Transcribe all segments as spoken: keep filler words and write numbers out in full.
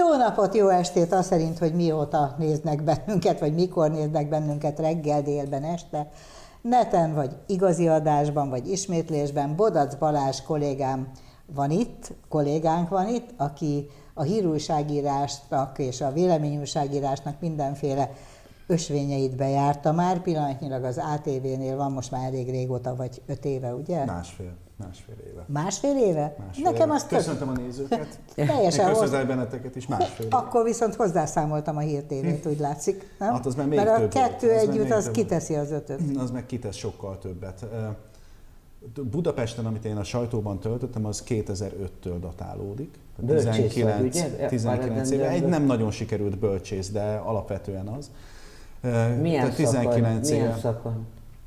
Jó napot, jó estét, az szerint, hogy mióta néznek bennünket, vagy mikor néznek bennünket reggel, délben, este. Neten, vagy igazi adásban, vagy ismétlésben. Bodac Balázs kollégám van itt, kollégánk van itt, aki a hírújságírásnak és a véleményújságírásnak mindenféle ösvényeit bejárta már. Pillanatnyilag az á té vénél van most már elég régóta, vagy öt éve, ugye? Másfél. Másfél éve. Másfél éve? Másfél Nekem éve. azt Köszöntöm a nézőket. Teljesen. Köszöntöm benneteket is másfél éve. Akkor viszont hozzászámoltam a Hír té vét, úgy látszik, nem? Hát az már még Mert több a kettő volt. Az együtt, az több kiteszi az ötöt. Az meg kitesz sokkal többet. Budapesten, amit én a sajtóban töltöttem, az kétezer-öttől datálódik. tizenkilenc, tizenkilenc éve. Egy nem nagyon sikerült bölcsész, de alapvetően az. Milyen tizenkilenc szakon? éve. Milyen szakon?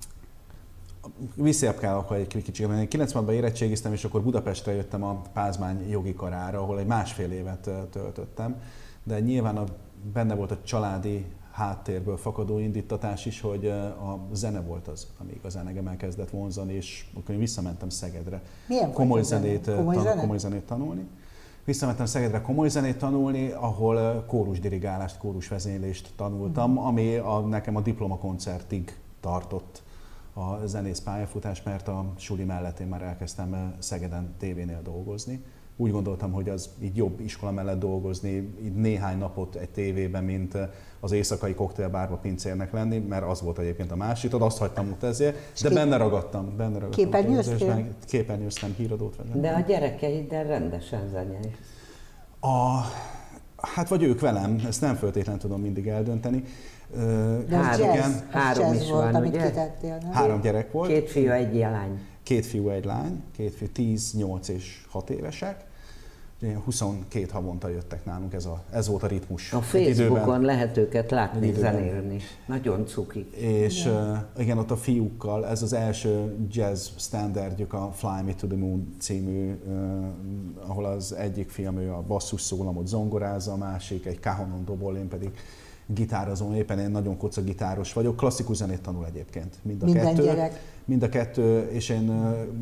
Visszaebb kell akkor egy kicsit. Én kilencvenhatban érettségiztem, és akkor Budapestre jöttem a Pázmány jogi karára, ahol egy másfél évet töltöttem. De nyilván a, benne volt a családi háttérből fakadó indítatás is, hogy a zene volt az, ami igazán engem elkezdett vonzani, és akkor én visszamentem Szegedre. Milyen komoly zenét, komoly, tan- zene? komoly zenét tanulni. Visszamentem Szegedre komoly zenét tanulni, ahol kórusdirigálást, kórusvezénylést tanultam, uh-huh. ami a, nekem a diplomakoncertig tartott a zenész pályafutás, mert a suli mellett én már elkezdtem Szegeden tévénél dolgozni. Úgy gondoltam, hogy az így jobb iskola mellett dolgozni, így néhány napot egy tévében, mint az éjszakai koktélbárba pincérnek lenni, mert az volt egyébként a másik, azt hagytam ott ezért, de kép... benne ragadtam. Benne ragadtam Képernyőztél? Képernyőztem, híradót vezettem. De a gyerekeiddel rendesen zenél. A... Hát vagy ők velem, ezt nem feltétlenül tudom mindig eldönteni. De az három, jazz, igen, három jazz is volt, van, amit ugye? kitettél, nem? Három gyerek volt. Két fiú, egy lány. Két fiú, egy lány. Két fiú, tíz, nyolc és hat évesek. huszonkét havonta jöttek nálunk, ez, a, ez volt a ritmus. A Facebookon lehet őket látni, zenélni. Nagyon cukik. És igen. Uh, igen, ott a fiúkkal, ez az első jazz standardjuk, a Fly Me to the Moon című, uh, ahol az egyik fiam, ő a basszus szólamot zongorázza, a másik egy cajonon dobol, én pedig gitározom, éppen én nagyon koca gitáros vagyok, klasszikus zenét tanul egyébként, mind a Minden kettő. gyerek. Mind a kettő, és én,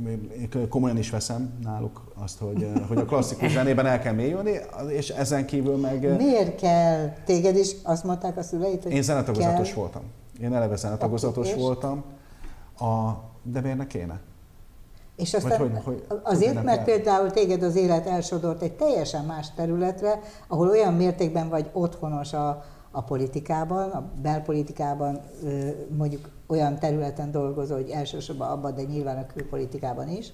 én komolyan is veszem náluk azt, hogy, hogy a klasszikus zenében el kell mélyülni, és ezen kívül meg... Miért kell? Téged is azt mondták a szüleid, hogy Én zenetagozatos kell? voltam. Én eleve zenetagozatos Okay, voltam, a, de miért ne kéne? És aztán hogy, hogy, azért, hogy mert például téged az élet elsodort egy teljesen más területre, ahol olyan mértékben vagy otthonos a, a politikában, a belpolitikában, mondjuk olyan területen dolgozol, hogy elsősorban abban, de nyilván a külpolitikában is,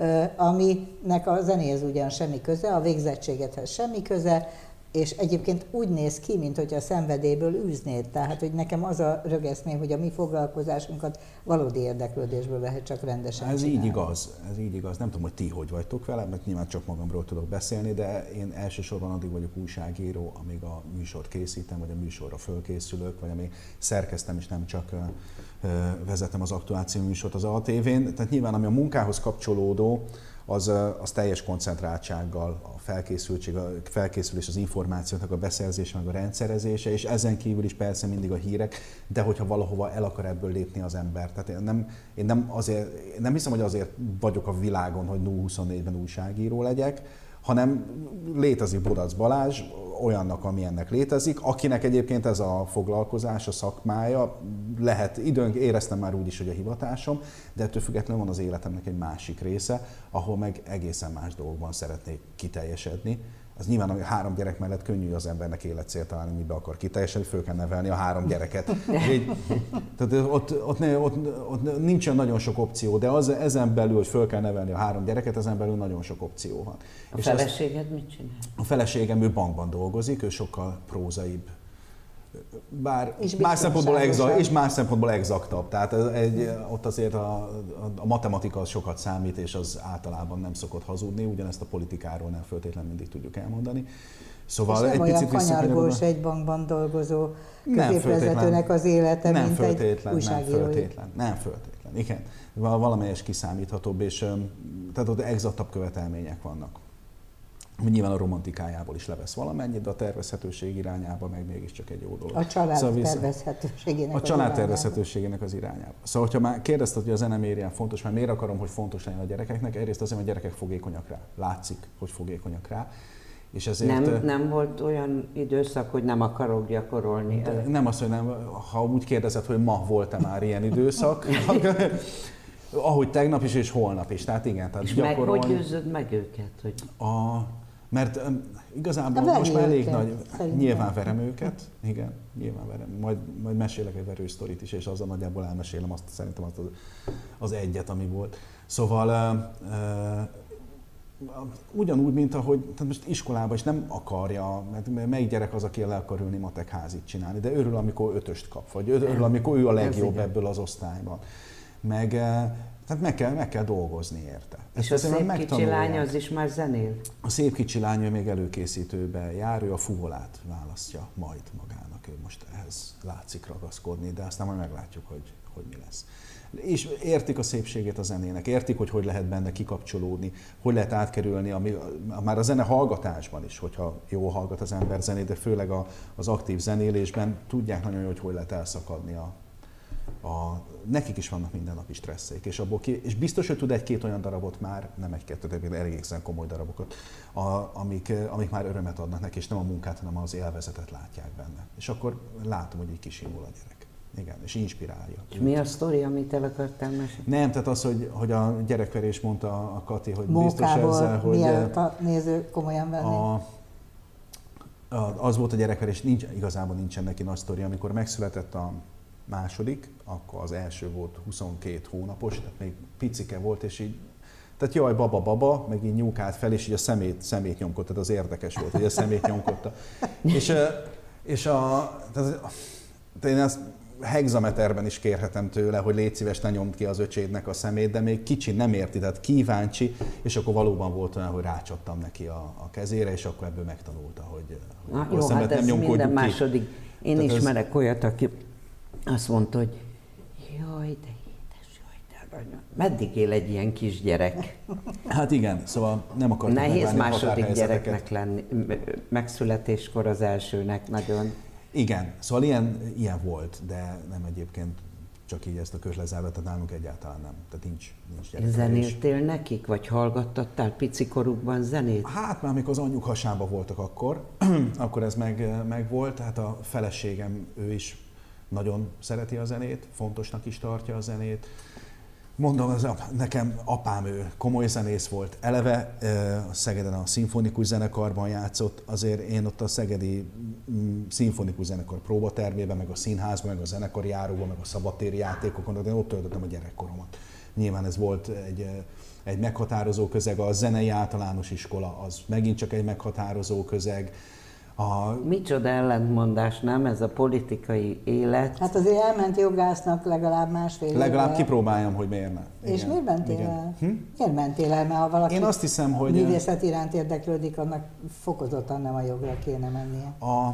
aminek a zenéhez ugyan semmi köze, a végzettségedhez semmi köze, és egyébként úgy néz ki, mint hogy a szenvedélyből űznéd. Tehát, hogy nekem az a rögeszmém, hogy a mi foglalkozásunkat valódi érdeklődésből lehet csak rendesen Ez csinálni. így igaz, ez így igaz. Nem tudom, hogy ti hogy vagytok vele, mert nyilván csak magamról tudok beszélni, de én elsősorban addig vagyok újságíró, amíg a műsort készítem, vagy a műsorra fölkészülök, vagy amíg szerkeztem, és nem csak vezetem az aktuáció műsort az á té vén. Tehát nyilván, ami a munkához kapcsolódó, az, az teljes koncentráltsággal, a felkészültség, a felkészülés, az információnak a beszerzése, meg a rendszerezése, és ezen kívül is persze mindig a hírek, de hogyha valahova el akar ebből lépni az ember. Tehát én nem, én nem, azért, én nem hiszem, hogy azért vagyok a világon, hogy nulla huszonnégyben újságíró legyek, hanem létezik Bodac Balázs, olyannak, amilyennek létezik, akinek egyébként ez a foglalkozás, a szakmája, lehet, időnk éreztem már úgy is, hogy a hivatásom, de ettől függetlenül van az életemnek egy másik része, ahol meg egészen más dolgokban szeretnék kiteljesedni. Az nyilván, hogy három gyerek mellett könnyű az embernek életcélt találni, mibe akar kiteljesedni, föl kell nevelni a három gyereket. Így, tehát ott, ott, ott, ott nincsen nagyon sok opció, de az, ezen belül, hogy föl kell nevelni a három gyereket, ezen belül nagyon sok opció van. A és feleséged azt, mit csinál? A feleségem, ő bankban dolgozik, ő sokkal prózaibb. Bár más szempontból, exa, és más szempontból exaktabb. Tehát egy, ott azért a, a, a matematika az sokat számít, és az általában nem szokott hazudni, ugyanezt a politikáról nem feltétlenül mindig tudjuk elmondani. Szóval és nem egy olyan kanyargós egy bankban dolgozó középvezetőnek az élete, nem mint föltétlen, egy újságírói. Nem föltétlen, nem föltétlen, igen. Valamelyes kiszámíthatóbb, és tehát ott exaktabb követelmények vannak. Nyilván a romantikájából is levesz valamennyit, de a tervezhetőség irányába meg mégiscsak egy jó dolog. A család szóval vissza... tervezhetőségének A család tervezhetőségének az irányába. Szóval, hogyha már kérdezted, hogy a zene miért ilyen fontos, mert miért akarom, hogy fontos legyen a gyerekeknek, egyrészt azért, mert a gyerekek fogékonyak rá. Látszik, hogy fogékonyak rá. És ezért, nem, nem volt olyan időszak, hogy nem akarok gyakorolni? Nem az, hogy nem, ha úgy kérdezed, hogy ma volt-e már ilyen időszak, ahogy tegnap is és holnap is, tehát igen. Tehát és gyakorolni, meg, hogy győzöd meg őket? Hogy... A, mert um, igazából a most már elég őket, nagy, szerintem. nyilván verem őket, igen, nyilván verem, majd, majd mesélek egy verős sztorit is, és azzal nagyjából elmesélem azt, szerintem azt az, az egyet, ami volt. Szóval uh, uh, ugyanúgy, mint ahogy tehát most iskolában is nem akarja, mert melyik gyerek az, aki le akar ülni matek házit csinálni, de örül, amikor ötöst kap, vagy örül, amikor ő a legjobb ebből az osztályban. Meg, tehát meg kell, meg kell dolgozni érte. És ezt a szép kicsi lány az is már zenél? A szép kicsi lány, ő még előkészítőbe jár, ő a fuvolát választja majd magának, ő most ehhez látszik ragaszkodni, de aztán majd meglátjuk, hogy, hogy mi lesz. És értik a szépségét a zenének, értik, hogy hogy lehet benne kikapcsolódni, hogy lehet átkerülni, ami, már a zene hallgatásban is, hogyha jól hallgat az ember zenét, de főleg a, az aktív zenélésben tudják nagyon jól, hogy hogy lehet elszakadni a, a, nekik is vannak mindennapi stresszeik, és, abból ki, és biztos, hogy tud egy-két olyan darabot már, nem egy-kettő, de elég komoly darabokat, a, amik, amik már örömet adnak neki, és nem a munkát, hanem az élvezetet látják benne. És akkor látom, hogy így kisimul a gyerek. Igen, és inspirálja. És mi a sztori, amit el akartál mesélni? Nem, tehát az, hogy, hogy a gyerekverés mondta a Kati, hogy Mókából, biztos ezzel, hogy... mielőtt a néző komolyan venni. A, a, az volt a gyerekverés, nincs, igazából nincsen neki nagy sztori. Amikor megszületett a második, akkor az első volt huszonkét hónapos, tehát még picike volt, és így, tehát jaj, baba, baba, meg így nyúkált fel, és így a szemét, szemét nyomkodta, tehát az érdekes volt, hogy a szemét nyomkodta. és, és a, tehát, én ezt hexameterben is kérhetem tőle, hogy légy szíves, ne nyomd ki az öcsédnek a szemét, de még kicsi, nem érti, tehát kíváncsi, és akkor valóban volt olyan, hogy rácsaptam neki a, a kezére, és akkor ebből megtanulta, hogy, Na, hogy jó, a szemet hát nem ez nyomkodjuk minden ki. második. Én Tehát ismerek ez... olyat, aki azt mondta, hogy jaj, de édes, jaj, de aranyos. Meddig él egy ilyen kisgyerek? Hát igen, szóval nem akartam Nehéz második gyereknek lenni, megszületéskor az elsőnek nagyon. Igen, szóval ilyen, ilyen volt, de nem egyébként csak így ezt a közlezárva, tehát nálunk egyáltalán nem. Tehát nincs, nincs gyerekverés. Zenéltél nekik, vagy hallgattattál picikorukban zenét? Hát már amikor az anyjuk hasába voltak akkor, akkor ez meg, meg volt, tehát a feleségem, ő is nagyon szereti a zenét, fontosnak is tartja a zenét. Mondom, az, nekem apám, ő komoly zenész volt. Eleve a Szegeden a szimfonikus zenekarban játszott, azért én ott a szegedi szimfonikus zenekar próbatermében, meg a színházban, meg a zenekari járóban, meg a szabadtéri játékokon, de ott töltöttem a gyerekkoromat. Nyilván ez volt egy, egy meghatározó közeg, a zenei általános iskola, az megint csak egy meghatározó közeg. A... Micsoda ellentmondás, nem? Ez a politikai élet. Hát azért elment jogásznak legalább másfél Legalább évvel. kipróbáljam, hogy miért ne. És Igen. miért mentél Igen. el? Hm? Miért mentél el? Mert ha valaki Én azt hiszem, hogy... művészet iránt érdeklődik, annak fokozottan nem a jogra kéne mennie. A...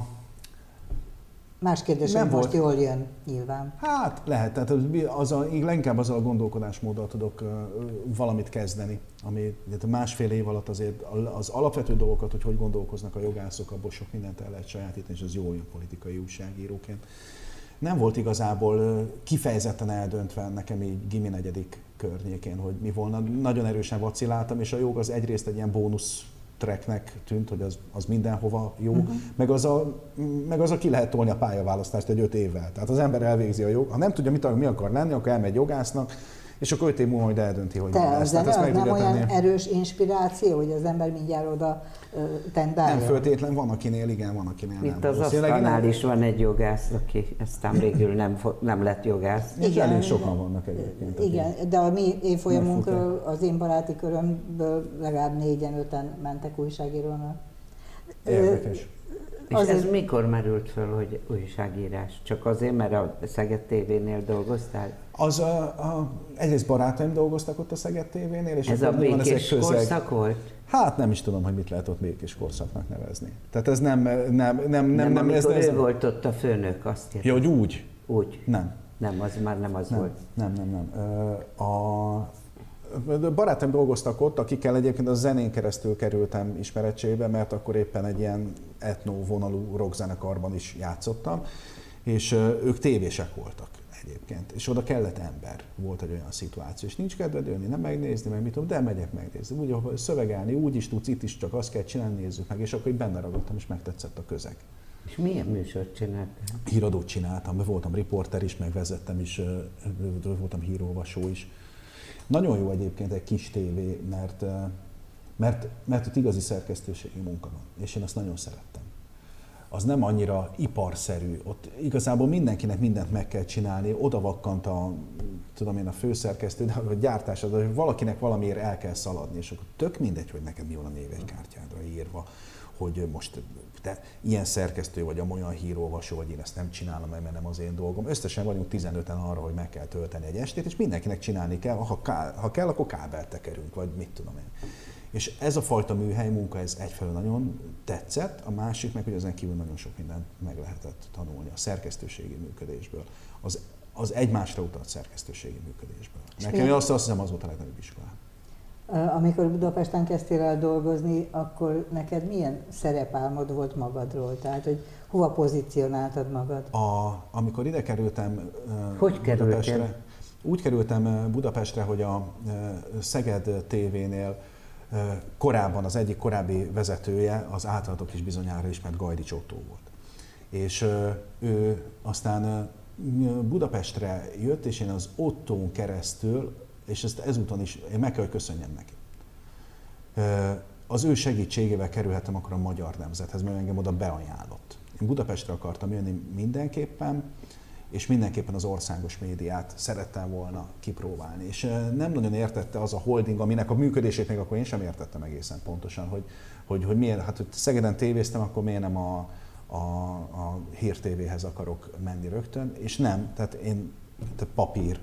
Más kérdés, Nem hogy most volt. jól jön, nyilván. Hát lehet, tehát az a, leginkább azzal a gondolkodásmóddal tudok uh, valamit kezdeni, ami másfél év alatt azért az alapvető dolgokat, hogy hogy gondolkoznak a jogászok, abból sok mindent el lehet sajátítani, és az jól jön politikai újságíróként. Nem volt igazából uh, kifejezetten eldöntve nekem így gimi negyedik környékén, hogy mi volna. Nagyon erősen vacilláltam, és a jog az egyrészt egy ilyen bónusz tracknek tűnt, hogy az, az mindenhova jó, uh-huh. meg, az a, meg az a ki lehet tolni a pályaválasztást egy öt évvel. Tehát az ember elvégzi a jog, ha nem tudja, mit, mi akar lenni, akkor elmegy jogásznak, és akkor öt év múlva majd eldönti, hogy Te, mi lesz. Te, az nem olyan tenni. erős inspiráció, hogy az ember mindjárt oda uh, tendálja? Nem föltétlen, van akinél igen, van akinél nem. Itt az asztalnál is van egy jogász, aki aztán végül nem, nem lett jogász. Igen, elég sokan vannak egyébként. Igen, de a mi évfolyamunkról, az én baráti körömből legalább négyen, öten mentek újságírónak. Érdekes. És azért... ez mikor merült föl, hogy újságírás? Csak azért, mert a Szeged té vénél dolgoztál? Az a, a, egyrészt barátaim dolgoztak ott a Szeged té vénél, és ez a békés korszak volt? Hát nem is tudom, hogy mit lehet ott békés korszaknak nevezni. Tehát ez nem... Nem, nem, nem, nem, nem ez, amikor ez, ő volt ott a főnök, azt írtam. Ja, hogy úgy? Úgy. Nem. Nem, az már nem az nem, volt. Nem, nem, nem. A barátaim dolgoztak ott, akikkel egyébként a zenén keresztül kerültem ismeretségbe, mert akkor éppen egy ilyen etno vonalú rockzenekarban is játszottam. és ők tévések voltak egyébként, és oda kellett ember, volt egy olyan szituáció, és nincs kedved jönni, nem megnézni, meg mit tudom, de megyek megnézni, úgy, ahol szövegelni, úgy is tudsz, itt is csak azt kell csinálni, nézzük meg, és akkor így benne ragadtam, és megtetszett a közeg. És milyen műsort csináltál? Híradót csináltam, voltam riporter is, meg vezettem is, voltam hírolvasó is. Nagyon jó egyébként egy kis tévé, mert, mert, mert ott igazi szerkesztőségi munka van, és én azt nagyon szerettem. Az nem annyira iparszerű, ott igazából mindenkinek mindent meg kell csinálni, oda vakkant a, tudom én, a főszerkesztő, de a gyártás, az, hogy valakinek valamiért el kell szaladni, és akkor tök mindegy, hogy nekem mi van a névjegykártyádra írva, hogy most te ilyen szerkesztő vagy, amolyan hírolvasó, hogy én ezt nem csinálom, mert nem az én dolgom. Összesen vagyunk tizenöten arra, hogy meg kell tölteni egy estét, és mindenkinek csinálni kell, ha, ká, ha kell, akkor kábelt tekerünk, vagy mit tudom én. És ez a fajta műhely munka, ez egyfelől nagyon tetszett, a másik meg, hogy ezen kívül nagyon sok mindent meg lehetett tanulni a szerkesztőségi működésből, az, az egymásra utalt szerkesztőségi működésből. Nekem azt, azt hiszem, az volt a legnagyobb iskolám. Amikor Budapesten kezdtél el dolgozni, akkor neked milyen szerepálmod volt magadról? Tehát, hogy hova pozícionáltad magad? A, amikor ide kerültem hogy Budapestre, kerültél? úgy kerültem Budapestre, hogy a Szeged té vénél korábban az egyik korábbi vezetője az általatok is bizonyára ismert Gajdics Ottó volt. És ő aztán Budapestre jött, és én az Ottón keresztül, és ezt ezúton is én meg kell, hogy köszönjem neki. Az ő segítségével kerülhettem akkor a Magyar Nemzethez, mert engem oda beajánlott. Én Budapestre akartam jönni mindenképpen, és mindenképpen az országos médiát szerettem volna kipróbálni. És nem nagyon értette az a holding, aminek a működését még akkor én sem értettem egészen pontosan, hogy, hogy, hogy miért, hát hogy Szegeden tévéztem, akkor miért nem a, a, a Hír té véhez akarok menni rögtön, és nem, tehát én tehát papír,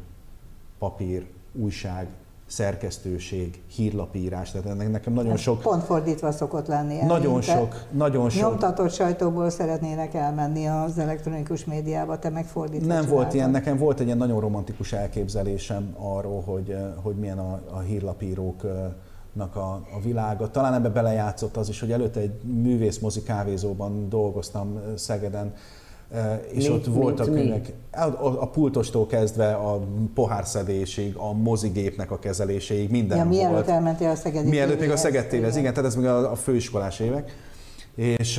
papír, újság, szerkesztőség, hírlapírás, tehát nekem nagyon ez sok... Pont fordítva szokott lenni. Nagyon sok, nagyon sok... Nyomtatott sajtóból szeretnének elmenni az elektronikus médiába, te meg fordítva Nem csináltad. volt ilyen, nekem volt egy ilyen nagyon romantikus elképzelésem arról, hogy, hogy milyen a, a hírlapíróknak a, a világa. Talán ebbe belejátszott az is, hogy előtte egy művészmozi kávézóban dolgoztam Szegeden, és mi, ott voltak mi, könyvek, a, a pultostól kezdve a pohárszedésig, a mozigépnek a kezeléséig, minden ja, volt. Mielőtt elmentél a Szegedi Mielőtt még a Szeged té véhez, igen, igen, tehát ez még a, a főiskolás évek. És,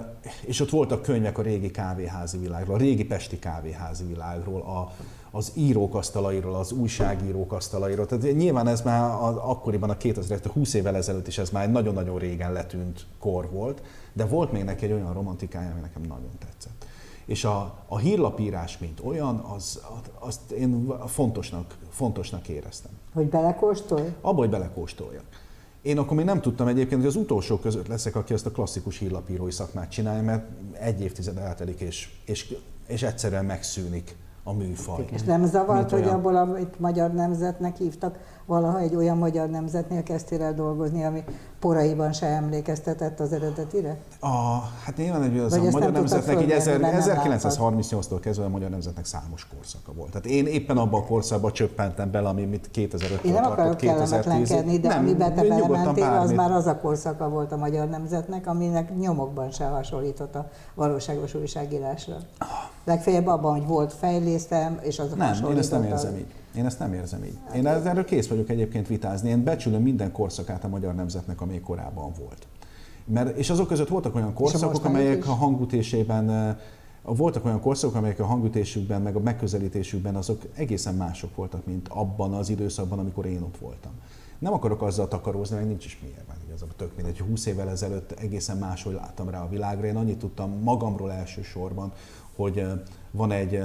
és ott voltak könyvek a régi kávéházi világról, a régi pesti kávéházi világról, a, az írók asztalairól, az újságírók asztalairól. Tehát nyilván ez már az, akkoriban a kétezer, húsz évvel ezelőtt is ez már egy nagyon-nagyon régen letűnt kor volt, de volt még neki egy olyan romantikája, ami nekem nagyon tetszett. És a, a hírlapírás, mint olyan, az, azt én fontosnak, fontosnak éreztem. Hogy belekóstolj? Abba, hogy belekóstoljak. Én akkor még nem tudtam egyébként, hogy az utolsó között leszek, aki azt a klasszikus hírlapírói szakmát csinálja, mert egy évtized eltelik, és, és, és egyszerűen megszűnik a műfaj. És nem zavart, hogy olyan... abból, amit Magyar Nemzetnek hívtak, valaha egy olyan Magyar Nemzetnél kezdtél el dolgozni, ami poraiban se emlékeztetett az eredetire? A, hát nyilván egy az a Magyar Nemzetnek így ezerkilencszázharmincnyolctól kezdve a Magyar Nemzetnek számos korszaka volt. Tehát én éppen abban a korszakban csöppentem bele, ami mit kétezer-öttől Én nem tartott, akarok kellemetlenkedni, de nem, amiben te belementél, az bármit. már az a korszaka volt a Magyar Nemzetnek, aminek nyomokban se hasonlított a valóságos újságírásra. Legfeljebb abban, hogy volt fejlésztem, és azok Nem, én ezt nem érzem a... így. Én ezt nem érzem így. Én erről kész vagyok egyébként vitázni. Én becsülöm minden korszakát a Magyar Nemzetnek, ami korábban volt. Mert, és azok között voltak olyan korszakok, amelyek a hangütésében, voltak olyan korszakok, amelyek a hangütésükben, meg a megközelítésükben azok egészen mások voltak, mint abban az időszakban, amikor én ott voltam. Nem akarok azzal takarózni, meg nincs is miért, mert igazából tök mindegy. húsz évvel ezelőtt egészen máshogy láttam rá a világra. Én annyit tudtam magamról elsősorban, hogy van egy...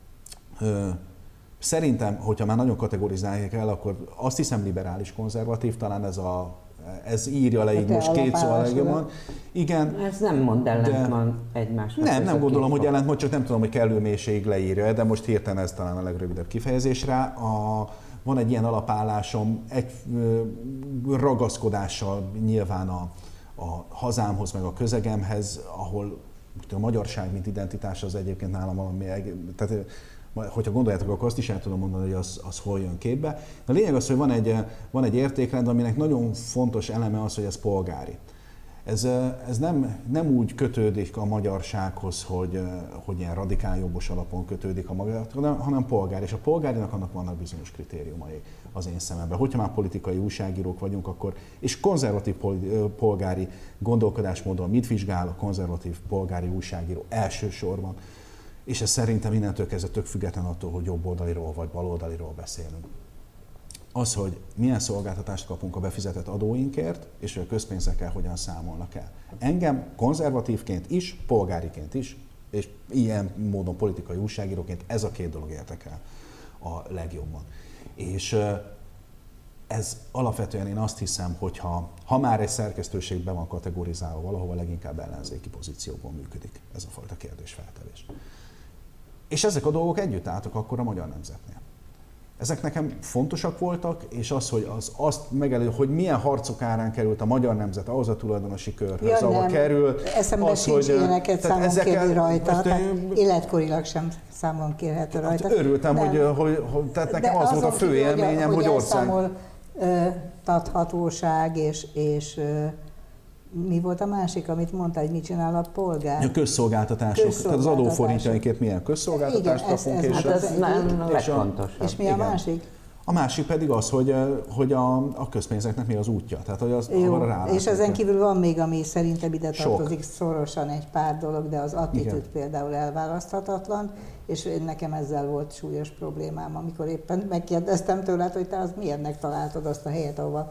Szerintem, hogyha már nagyon kategorizálják el, akkor azt hiszem liberális konzervatív, talán ez, a, ez írja le így most két szó a legjobban. Igen. Ez nem mond ellentmond egymásnak. Nem, nem gondolom, hogy ellentmond, csak nem tudom, hogy kellő mélységig leírja, de most hirtelen ez talán a legrövidebb kifejezés rá. A, van egy ilyen alapállásom, egy ragaszkodással nyilván a, a hazámhoz, meg a közegemhez, ahol a magyarság, mint identitás az egyébként nálam valami, tehát hogyha gondoljátok, akkor azt is el tudom mondani, hogy az, az hol jön képbe. De a lényeg az, hogy van egy, van egy értékrend, aminek nagyon fontos eleme az, hogy ez polgári. Ez, ez nem, nem úgy kötődik a magyarsághoz, hogy, hogy ilyen radikál jobbos alapon kötődik a magyar, hanem, hanem polgár. És a polgárinak annak vannak bizonyos kritériumai az én szememben. Hogyha már politikai újságírók vagyunk, akkor, és konzervatív polgári gondolkodásmódon mit vizsgál a konzervatív polgári újságíró elsősorban, és ez szerintem innentől kezdve tök független attól, hogy jobboldaliról vagy baloldaliról beszélünk. Az, hogy milyen szolgáltatást kapunk a befizetett adóinkért, és hogy a közpénzekkel hogyan számolnak el. Engem konzervatívként is, polgáriként is, és ilyen módon politikai újságíróként ez a két dolog érdekel a legjobban. És ez alapvetően én azt hiszem, hogy ha, ha már egy szerkesztőség be van kategorizálva valahova, leginkább ellenzéki pozícióból működik ez a fajta kérdésfeltevés. És ezek a dolgok együtt álltak akkor a Magyar Nemzetnél. Ezek nekem fontosak voltak, és az, hogy az, azt megelő, hogy milyen harcok árán került a Magyar Nemzet ahhoz a tulajdonosi körhöz, ahol került. Eszembe az, sincs hogy ilyeneket számon ezekkel, kérni rajta, most, tehát életkorilag sem számon kérhető rajta. Hát örültem, hogy, hogy, hogy tehát nekem az volt a fő élményem, hogy, hogy ország... elszámoltathatóság és, és mi volt a másik, amit mondta, hogy mit csinál a polgár? A közszolgáltatások, közszolgáltatások. Tehát az adóforintjainkért milyen közszolgáltatást igen, kapunk. Ez, ez, és, hát ez nem a legfontosabb. És mi a igen. másik? A másik pedig az, hogy, hogy a, a közpénzeknek mi az útja. Tehát, hogy az, jó, és ezen kívül van még, ami szerintem ide tartozik Sok. szorosan egy pár dolog, de az attitűd igen. például elválaszthatatlan, és nekem ezzel volt súlyos problémám, amikor éppen megkérdeztem tőled, hogy te az milyennek találtad azt a helyet, ahova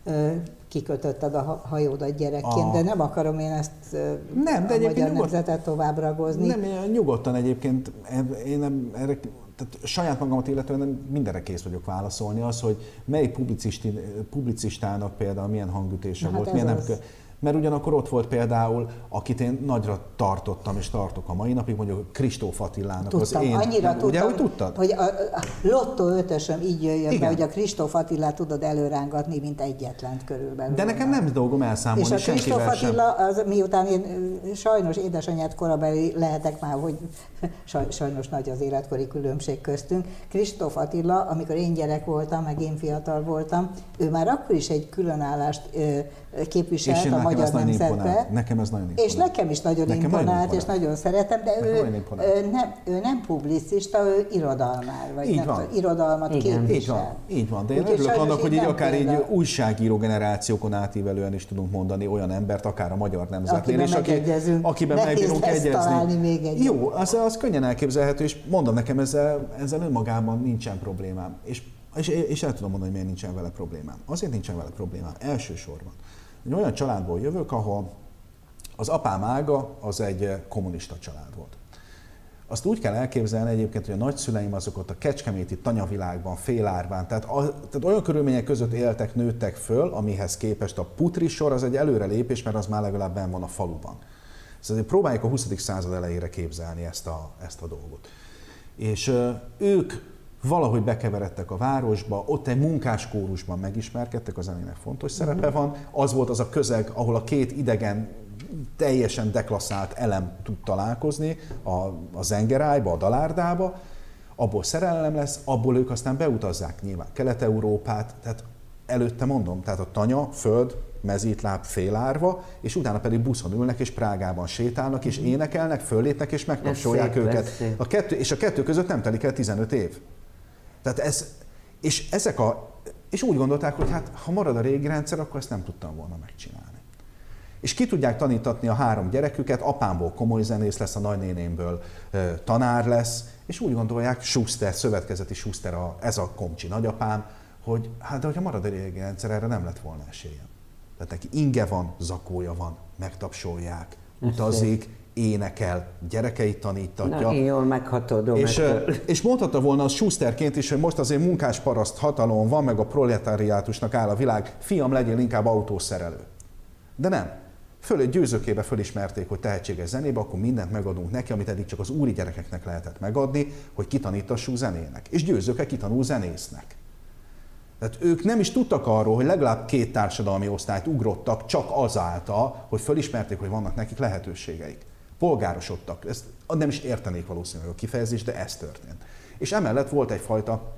kikötötted a hajódat gyerekként, a... de nem akarom én ezt nem, de a Magyar nyugod... Nemzetet tovább ragozni. Nem, nyugodtan egyébként, én nem, erre, tehát saját magamat illetően nem mindenre kész vagyok válaszolni. Az, hogy melyik publicistának például milyen hangütése Na, volt, hát milyen nem... Az... Mert ugyanakkor ott volt például, akit én nagyra tartottam és tartok a mai napig, mondjuk Kristóf Attilának tudtam, az én... annyira tudtam, ugye, hogy tudtad? Hogy a, a lottó ötösöm így jöjjön igen. be, hogy a Kristóf Attilát tudod előrángatni, mint egyetlen körülbelül. De nekem nem dolgom elszámolni. És a Kristóf Attila, az, miután én sajnos édesanyád korabeli lehetek már, hogy sajnos nagy az életkori különbség köztünk. Kristóf Attila, amikor én gyerek voltam, meg én fiatal voltam, ő már akkor is egy különállást képviselt a Magyar Nemzetbe. Nekem ez nagyon imponált. És nekem is nagyon nekem imponált, és nagyon szeretem, de ő, ő, nem, ő nem publicista, ő irodalmár, vagy így nem van. Tudom, irodalmat igen. képvisel. Így van, így van. De én úgy, örülök annak, hogy így akár például. így újságíró generációkon átívelően is tudunk mondani olyan embert, akár a Magyar Nemzetnél, és aki, akiben megbírunk egyezni. Jó, az, az könnyen elképzelhető, és mondom nekem, ezzel, ezzel önmagában nincsen problémám. És, és, és el tudom mondani, hogy miért nincsen vele problémám. Azért nincsen vele problémám, elsősorban. Egy olyan családból jövök, ahol az apám ága az egy kommunista család volt. Azt úgy kell elképzelni egyébként, hogy a nagyszüleim azok ott a kecskeméti tanyavilágban, félárván, tehát, a, tehát olyan körülmények között éltek, nőttek föl, amihez képest a putri sor az egy előrelépés, mert az már legalább benn van a faluban. Szóval próbáljuk a huszadik század elejére képzelni ezt a, ezt a dolgot. És ö, ők valahogy bekeveredtek a városba, ott egy munkáskórusban megismerkedtek, a zenének fontos szerepe van. Az volt az a közeg, ahol a két idegen, teljesen deklasszált elem tud találkozni, a, a zengerájba, a dalárdába, abból szerelem lesz, abból ők aztán beutazzák nyilván Kelet-Európát, tehát előtte mondom, tehát a tanya, föld, mezítláb, félárva, és utána pedig buszon ülnek, és Prágában sétálnak, és énekelnek, föllépnek, és megtapsolják őket. A kettő, és a kettő között nem telik el tizenöt év. Tehát ez, és ezek a, és úgy gondolták, hogy hát ha marad a régi rendszer, akkor ezt nem tudtam volna megcsinálni. És ki tudják tanítatni a három gyereküket, apámból komoly zenész lesz, a nagynénémből ö, tanár lesz, és úgy gondolják, Schuster, szövetkezeti Schuster, a, ez a komcsi nagyapám, hogy hát de hogyha marad a régi rendszer, erre nem lett volna esélye. Tehát neki inge van, zakója van, megtapsolják, utazik, énekel, gyerekeit tanítatja. Na, én jól meghatódom. És, és mondhatta volna az Schusterként is, hogy most azért munkásparaszt hatalom van, meg a proletariátusnak áll a világ, fiam, legyél inkább autószerelő. De nem. Föl győzőkébe fölismerték, hogy tehetséges zenébe, akkor mindent megadunk neki, amit eddig csak az úri gyerekeknek lehetett megadni, hogy kitanítassuk zenének. És győzőke kitanul zenésznek. Tehát ők nem is tudtak arról, hogy legalább két társadalmi osztályt ugrottak csak azáltal, hogy fölismerték, hogy vannak nekik lehetőségeik. Polgárosodtak. Ezt nem is értenék valószínűleg a kifejezést, de ez történt. És emellett volt egyfajta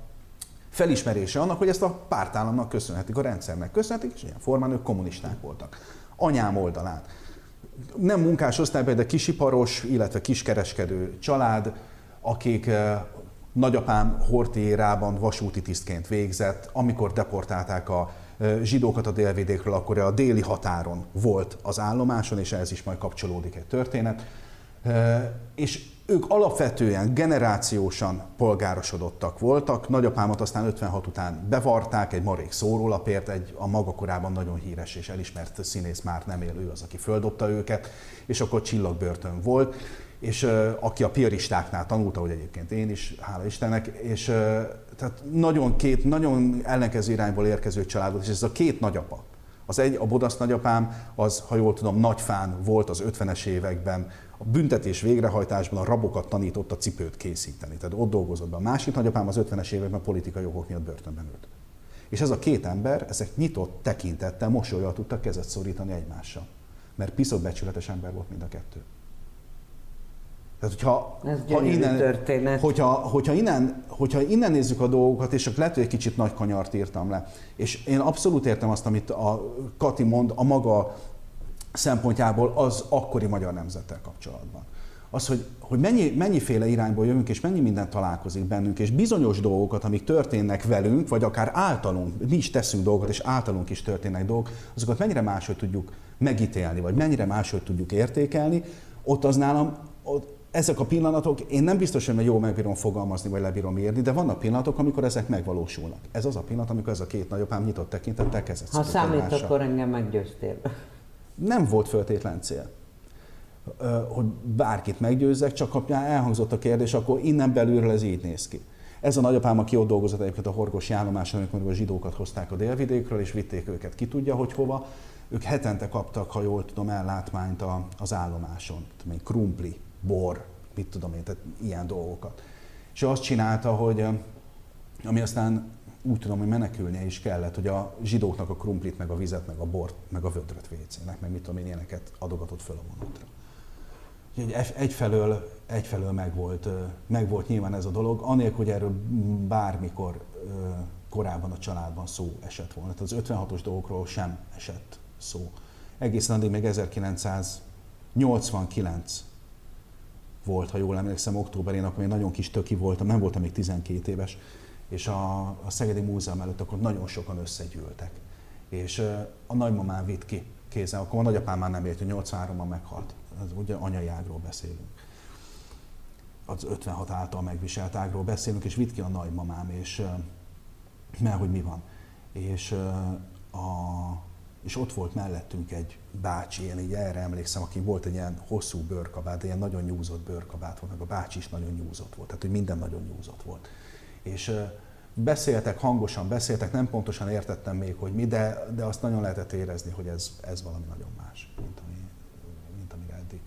felismerése annak, hogy ezt a pártállamnak köszönhetik, a rendszernek köszönhetik, és ilyen formán ők kommunisták voltak. anyám oldalán. Nem munkásosztályban, de kisiparos, illetve kiskereskedő család, akik nagyapám Horthy-érában vasúti tisztként végzett, amikor deportálták a zsidókat a délvidékről, akkor a déli határon volt az állomáson, és ehhez is majd kapcsolódik egy történet. És ők alapvetően generációsan polgárosodottak voltak. Nagyapámat aztán ötvenhat után bevarták egy marék szórólapért, egy a maga korában nagyon híres és elismert színész, már nem él, ő az, aki földobta őket, és akkor csillagbörtön volt, és uh, aki a piaristáknál tanult, ahogy egyébként én is, hála Istennek, és uh, tehát nagyon két, nagyon ellenkező irányból érkező család volt, és ez a két nagyapa. Az egy, a Bodasz nagyapám, az, ha jól tudom, nagyfán volt az ötvenes években, a büntetés végrehajtásban a rabokat tanított a cipőt készíteni, tehát ott dolgozott be. A másik nagyapám az ötvenes években politikai okok miatt börtönben ült. És ez a két ember, ezek nyitott tekintettel, mosollyal tudtak kezet szorítani egymással. Mert piszok becsületes ember volt mind a kettő. Tehát, hogyha, ez ha innen, történet. Hogyha, hogyha, innen, hogyha innen nézzük a dolgokat, és csak lehet, hogy egy kicsit nagy kanyart írtam le, és én abszolút értem azt, amit a Kati mond a maga szempontjából az akkori magyar nemzettel kapcsolatban. Az, hogy, hogy mennyi, mennyiféle irányból jövünk, és mennyi minden találkozik bennünk, és bizonyos dolgokat, amik történnek velünk, vagy akár általunk, mi is teszünk dolgokat, és általunk is történnek dolgok, azokat mennyire máshogy tudjuk megítélni, vagy mennyire máshogy tudjuk értékelni, ott az nálam, ott ezek a pillanatok, én nem biztos, hogy jól megbírom fogalmazni, vagy lebírom írni, de vannak pillanatok, amikor ezek megvalósulnak. Ez az a pillanat, amikor ez a két nagyapám nyitott tekintettel kezet Ha számít, akkor engem meggyőztél. Nem volt föltétlen cél, hogy bárkit meggyőzzek, csak ha elhangzott a kérdés, akkor innen belülről ez így néz ki. Ez a nagyapám, aki ott dolgozott egyébként a Horgosi állomáson, amikor a zsidókat hozták a délvidékről, és vitték őket ki tudja, hogy hova. Ők hetente kaptak, ha jól tudom, ellátmányt az állomáson. Tudom, krumpli, bor, mit tudom én, tehát ilyen dolgokat. És ő azt csinálta, hogy ami aztán úgy tudom, hogy menekülnie is kellett, hogy a zsidóknak a krumplit, meg a vizet, meg a bort, meg a vödröt vécének, meg mit tudom én, ilyeneket adogatott föl a vonatra. Úgyhogy egyfelől, egyfelől meg, volt, meg volt nyilván ez a dolog, anélkül, hogy erről bármikor korábban a családban szó esett volna. Tehát az ötvenhatos dolgokról sem esett szó. Egészen addig még ezerkilencszáznyolcvankilenc volt, ha jól emlékszem, októberén, akkor én nagyon kis töki voltam, nem voltam még tizenkét éves, és a, a Szegedi Múzeum előtt akkor nagyon sokan összegyűltek. És a nagymamám vitt ki kézen, akkor a nagyapám már nem élt, hogy nyolcvanháromban meghalt. Az, ugye anyai ágról beszélünk. Az ötvenhat által megviselt ágról beszélünk, és vitt ki a nagymamám, és mert hogy mi van. És, a, és ott volt mellettünk egy bácsi, én így erre emlékszem, aki volt egy ilyen hosszú bőrkabát, ilyen nagyon nyúzott bőrkabát volt, meg a bácsi is nagyon nyúzott volt, tehát hogy minden nagyon nyúzott volt. És beszéltek, hangosan beszéltek, nem pontosan értettem még, hogy mi, de, de azt nagyon lehetett érezni, hogy ez, ez valami nagyon más, mint, ami, mint amire eddig,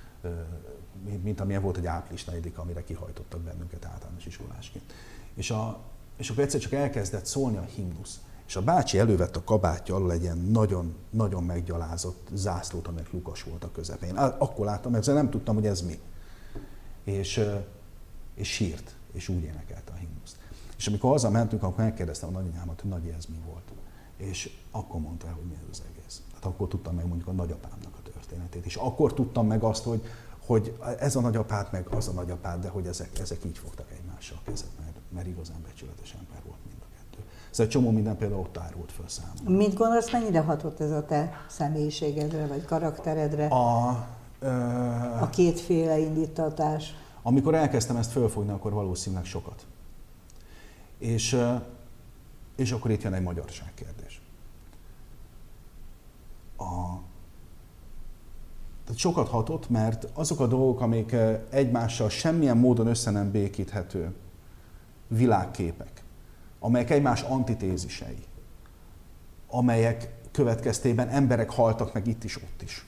mint amilyen volt egy április negyedik, amire kihajtottak bennünket általános iskolásként. És, a, és akkor egyszer csak elkezdett szólni a himnusz, és a bácsi elővett a kabátja alól egy ilyen nagyon, nagyon meggyalázott zászlót, aminek lukas volt a közepén. Akkor láttam, ezzel nem tudtam, hogy ez mi. És, és sírt, és úgy énekelte a himnuszt. És amikor hazamentünk, akkor megkérdeztem a nagyanyámat, hogy Nagyi, ez mi volt. És akkor mondta el, hogy mi ez az egész. Hát akkor tudtam meg mondjuk a nagyapámnak a történetét. És akkor tudtam meg azt, hogy, hogy ez a nagyapád, meg az a nagyapád, de hogy ezek, ezek így fogtak egymással kezet, mert, mert igazán becsületes ember volt mind a kettő. Szóval egy csomó minden például ott árult föl számomra. Mit gondolsz, mennyire hatott ez a te személyiségedre, vagy karakteredre? A, ö... a kétféle indítatás. Amikor elkezdtem ezt fölfogni, akkor valószínűleg sokat. És, és akkor itt jön egy magyarság kérdés. A, tehát sokat hatott, mert azok a dolgok, amik egymással semmilyen módon össze nem békíthető világképek, amelyek egymás antitézisei, amelyek következtében emberek haltak meg itt is, ott is.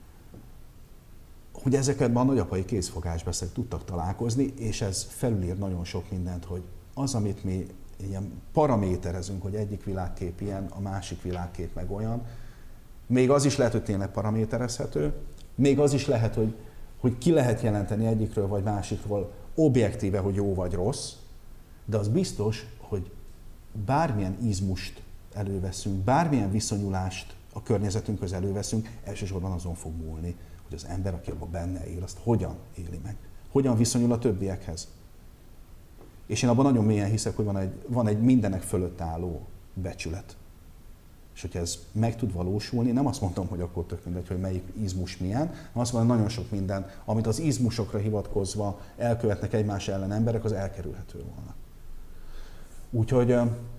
Hogy ezekben a nagyapai kézfogásbeszek tudtak találkozni, és ez felülír nagyon sok mindent, hogy az, amit mi ilyen paraméterezünk, hogy egyik világkép ilyen, a másik világkép meg olyan, még az is lehet, hogy tényleg paraméterezhető, még az is lehet, hogy, hogy ki lehet jelenteni egyikről vagy másikról objektíve, hogy jó vagy rossz, de az biztos, hogy bármilyen izmust előveszünk, bármilyen viszonyulást a környezetünkhöz előveszünk, elsősorban azon fog múlni, hogy az ember, aki abban benne él, azt hogyan éli meg. Hogyan viszonyul a többiekhez. És én abban nagyon mélyen hiszek, hogy van egy, van egy mindenek fölött álló becsület. És hogyha ez meg tud valósulni, nem azt mondtam, hogy akkor tök mindegy, hogy melyik izmus milyen, hanem azt mondom, hogy nagyon sok minden, amit az izmusokra hivatkozva elkövetnek egymás ellen emberek, az elkerülhető volna. Úgyhogy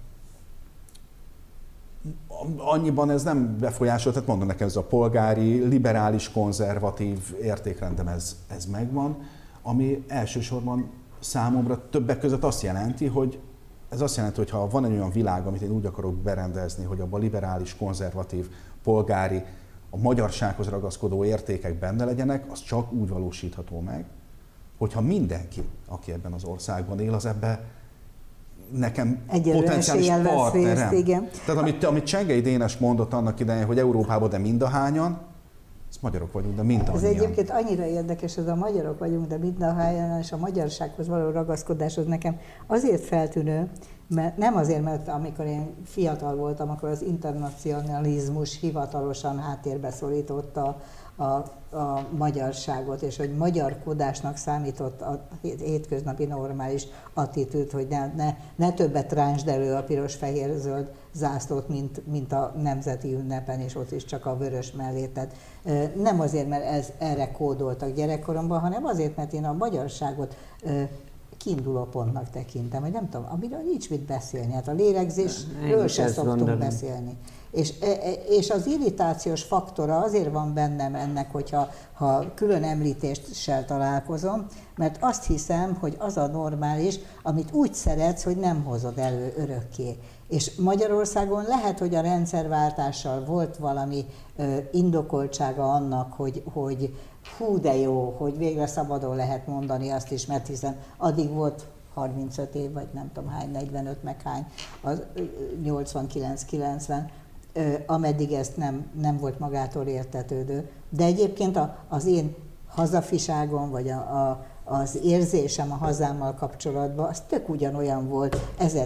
annyiban ez nem befolyásol, tehát mondom nekem, ez a polgári, liberális, konzervatív értékrendem, ez, ez megvan, ami elsősorban számomra többek között azt jelenti, hogy ez azt jelenti, hogy ha van egy olyan világ, amit én úgy akarok berendezni, hogy abban liberális, konzervatív, polgári, a magyarsághoz ragaszkodó értékek benne legyenek, az csak úgy valósítható meg, hogyha mindenki, aki ebben az országban él, az ebben nekem egyelőre potenciális partnerem. Részt, igen. Tehát amit, amit Csengei Dénes mondott annak idején, hogy Európában, de mindahányan, ez magyarok vagyunk, de mindannyian. Ez egyébként annyira érdekes, ez a magyarok vagyunk, de mindahányan, és a magyarsághoz való ragaszkodás az nekem azért feltűnő, mert nem azért, mert amikor én fiatal voltam, akkor az internacionalizmus hivatalosan háttérbe szorította a, a magyarságot, és hogy magyarkodásnak számított a hétköznapi normális attitűd, hogy ne, ne, ne többet ránsd elő a piros-fehér-zöld zászlót, mint, mint a nemzeti ünnepen, és ott is csak a vörös mellé. Tehát nem azért, mert ez, erre kódoltak gyerekkoromban, hanem azért, mert én a magyarságot kiinduló pontnak tekintem, hogy nem tudom, amiről nincs mit beszélni, hát a lélegzésről se szoktunk gondolom. beszélni. És, és az irritációs faktora azért van bennem ennek, hogyha ha külön említéssel találkozom, mert azt hiszem, hogy az a normális, amit úgy szeretsz, hogy nem hozod elő örökké. És Magyarországon lehet, hogy a rendszerváltással volt valami ö, indokoltsága annak, hogy, hogy hú de jó, hogy végre szabadon lehet mondani azt is, mert hiszen addig volt harmincöt év, vagy nem tudom hány, negyvenöt meg hány, az nyolcvankilenc kilencven, ameddig ezt nem, nem volt magától értetődő. De egyébként a, az én hazafiságom, vagy a, a, az érzésem a hazámmal kapcsolatban, az tök ugyanolyan volt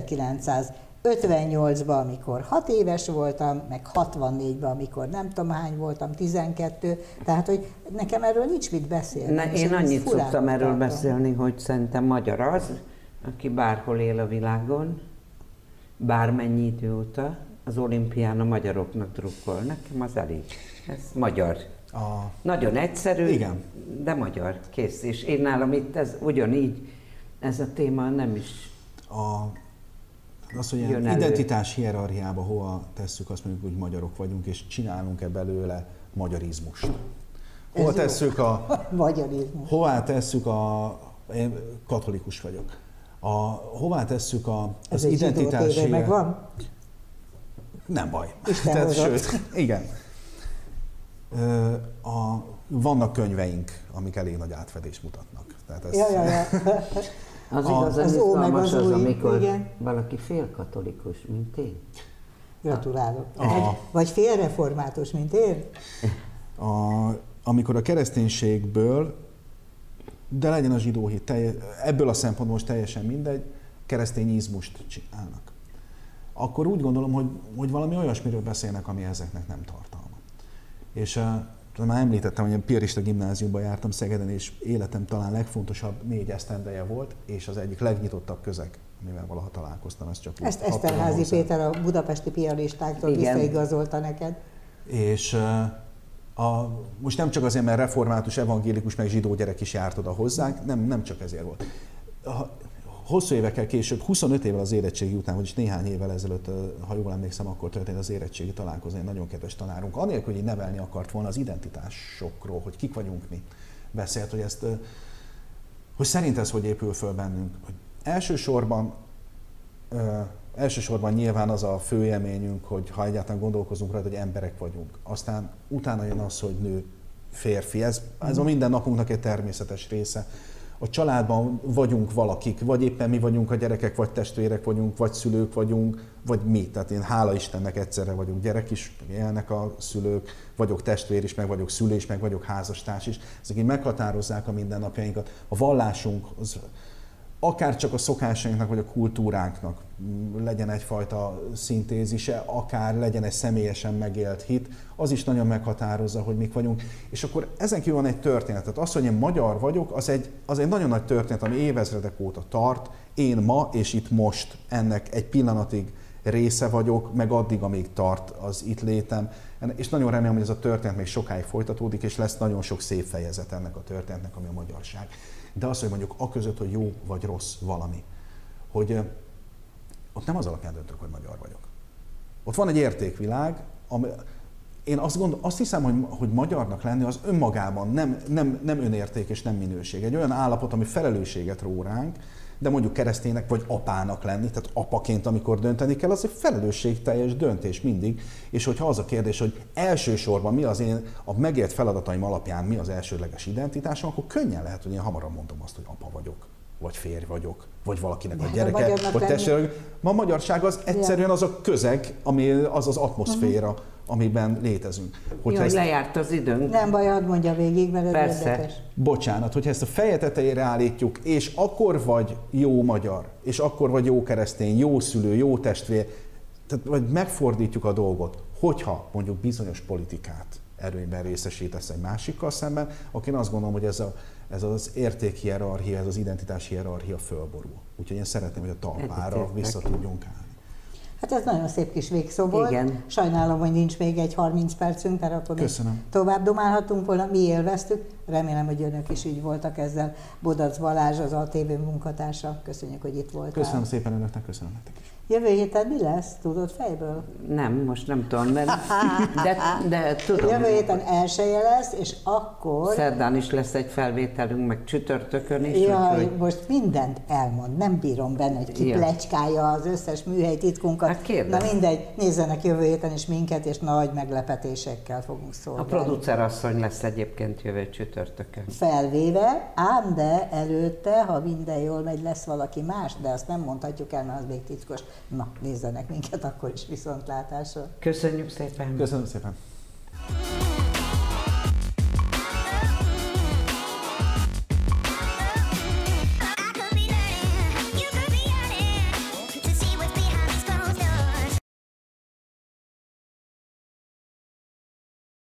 ezerkilencszázötvennyolcban, amikor hat éves voltam, meg hatvannégyben, amikor nem tudom hány voltam, tizenkettő, tehát hogy nekem erről nincs mit beszélni. Ne, én annyit szoktam erről tartom. beszélni, hogy szerintem magyar az, aki bárhol él a világon, bármennyi idő óta, az olimpián a magyaroknak drukkol. Nekem az elég. Ez magyar. A... Nagyon egyszerű, igen. De magyar. Kész. És én nálam itt ez ugyanígy, ez a téma nem is a... Az, hogy ilyen identitás hierarchiába hova tesszük, azt mondjuk, hogy magyarok vagyunk, és csinálunk-e belőle magyarizmust. Hova ez tesszük jó. a... Magyarizmus. Hová tesszük a... Én katolikus vagyok. A... Hová tesszük a... az identitás hierarchiába... megvan? Nem baj. Tehát, sőt, igen. A, vannak könyveink, amik elég nagy átfedést mutatnak. Tehát ez, ja, ja, ja. Az igazán izgalmas az, az, amikor igen. valaki félkatolikus, mint én. Gratulálok. A, vagy, vagy félreformátus, mint én. A, amikor a kereszténységből, de legyen a zsidó hit, telje, ebből a szempontból most teljesen mindegy, keresztényizmust csinálnak. Akkor úgy gondolom, hogy, hogy valami olyasmiről beszélnek, ami ezeknek nem tartalma. És uh, már említettem, hogy a piarista gimnáziumban jártam Szegeden, és életem talán legfontosabb négy esztendeje volt, és az egyik legnyitottabb közeg, amivel valaha találkoztam. Ez csak Ezt Eszterházy Péter a budapesti piaristáktól visszaigazolta neked. És uh, a, most nem csak azért, mert református, evangélikus, meg zsidó gyerek is járt oda hozzánk, nem, nem csak ezért volt. A, Hosszú évekkel később, huszonöt évvel az érettségi után, vagyis néhány évvel ezelőtt, ha jól emlékszem, akkor történt az érettségi találkozó, egy nagyon kedves tanárunk. Anélkül, hogy így nevelni akart volna az identitásokról, hogy kik vagyunk mi. Beszélt, hogy ezt, hogy szerint ez hogy épül föl bennünk. Hogy elsősorban, elsősorban nyilván az a fő élményünk, hogy ha egyáltalán gondolkozunk rajta, hogy emberek vagyunk. Aztán utána jön az, hogy nő, férfi. Ez, ez a mindennapunknak egy természetes része. A családban vagyunk valakik, vagy éppen mi vagyunk a gyerekek, vagy testvérek vagyunk, vagy szülők vagyunk, vagy mi. Tehát én hála Istennek egyszerre vagyunk gyerek is, élnek a szülők, vagyok testvér is, meg vagyok szülő is, meg vagyok házastárs is. Ezek így meghatározzák a mindennapjainkat. A vallásunk az akár csak a szokásainknak, vagy a kultúránknak legyen egyfajta szintézise, akár legyen egy személyesen megélt hit, az is nagyon meghatározza, hogy mik vagyunk. És akkor ezen kívül van egy történet. Tehát az, hogy én magyar vagyok, az egy, az egy nagyon nagy történet, ami évezredek óta tart. Én ma és itt most ennek egy pillanatig része vagyok, meg addig, amíg tart az itt létem. És nagyon remélem, hogy ez a történet még sokáig folytatódik, és lesz nagyon sok szép fejezet ennek a történetnek, ami a magyarság. De az, hogy mondjuk aközött, hogy jó vagy rossz valami, hogy ott nem az alapján döntök, hogy magyar vagyok. Ott van egy értékvilág, ami, én azt, gondol, azt hiszem, hogy, hogy magyarnak lenni az önmagában nem, nem, nem önérték és nem minőség. Egy olyan állapot, ami felelősséget ró ránk, de mondjuk kereszténynek vagy apának lenni, tehát apaként, amikor dönteni kell, az egy felelősségteljes döntés mindig. És hogyha az a kérdés, hogy elsősorban mi az én a megélt feladataim alapján mi az elsődleges identitásom, akkor könnyen lehet, hogy én hamarabb mondom azt, hogy apa vagyok, vagy férj vagyok, vagy valakinek de a gyereke, a vagy testvérek. Ma a magyarság az egyszerűen az a közeg, ami az az atmoszféra, uh-huh. amiben létezünk. Hogyha Jaj, ezt... lejárt az időnk. Nem baj, add mondja végig, mert ez Persze. érdekes. Bocsánat, hogyha ezt a feje tetejére állítjuk, és akkor vagy jó magyar, és akkor vagy jó keresztény, jó szülő, jó testvér, tehát vagy megfordítjuk a dolgot, hogyha mondjuk bizonyos politikát erőnyben részesítesz egy másikkal szemben, akkor én azt gondolom, hogy ez, a, ez az értékhierarchia, ez az identitás hierarchia fölborul. Úgyhogy én szeretném, hogy a talpára vissza tudjunk állni. Hát ez nagyon szép kis végszó volt. Igen. Sajnálom, hogy nincs még egy harminc percünk, mert akkor Köszönöm. tovább domálhatunk volna. Mi élveztük. Remélem, hogy önök is így voltak ezzel. Bodac Balázs, az á té vé munkatársa. Köszönjük, hogy itt voltál. Köszönöm szépen önöknek, köszönöm nektek is. Jövő héten mi lesz? Tudod fejből? Nem, most nem tudom, mert de, de tudom. Jövő héten elseje lesz, és akkor... Szerdán is lesz egy felvételünk, meg csütörtökön is. Jaj, úgy, most mindent elmond, nem bírom benne, hogy kiplecskálja az összes műhely titkunkat. Hát kérdez. Na mindegy, nézzenek jövő héten is minket, és nagy meglepetésekkel fogunk szólni. A producerasszony lesz egyébként jövő csütörtökön. Felvéve, ám de előtte, ha minden jól megy, lesz valaki más, de azt nem mondhatjuk el, mert az még titkos. Na, nézzenek minket akkor is viszontlátásra. Köszönjük szépen! Köszönöm szépen!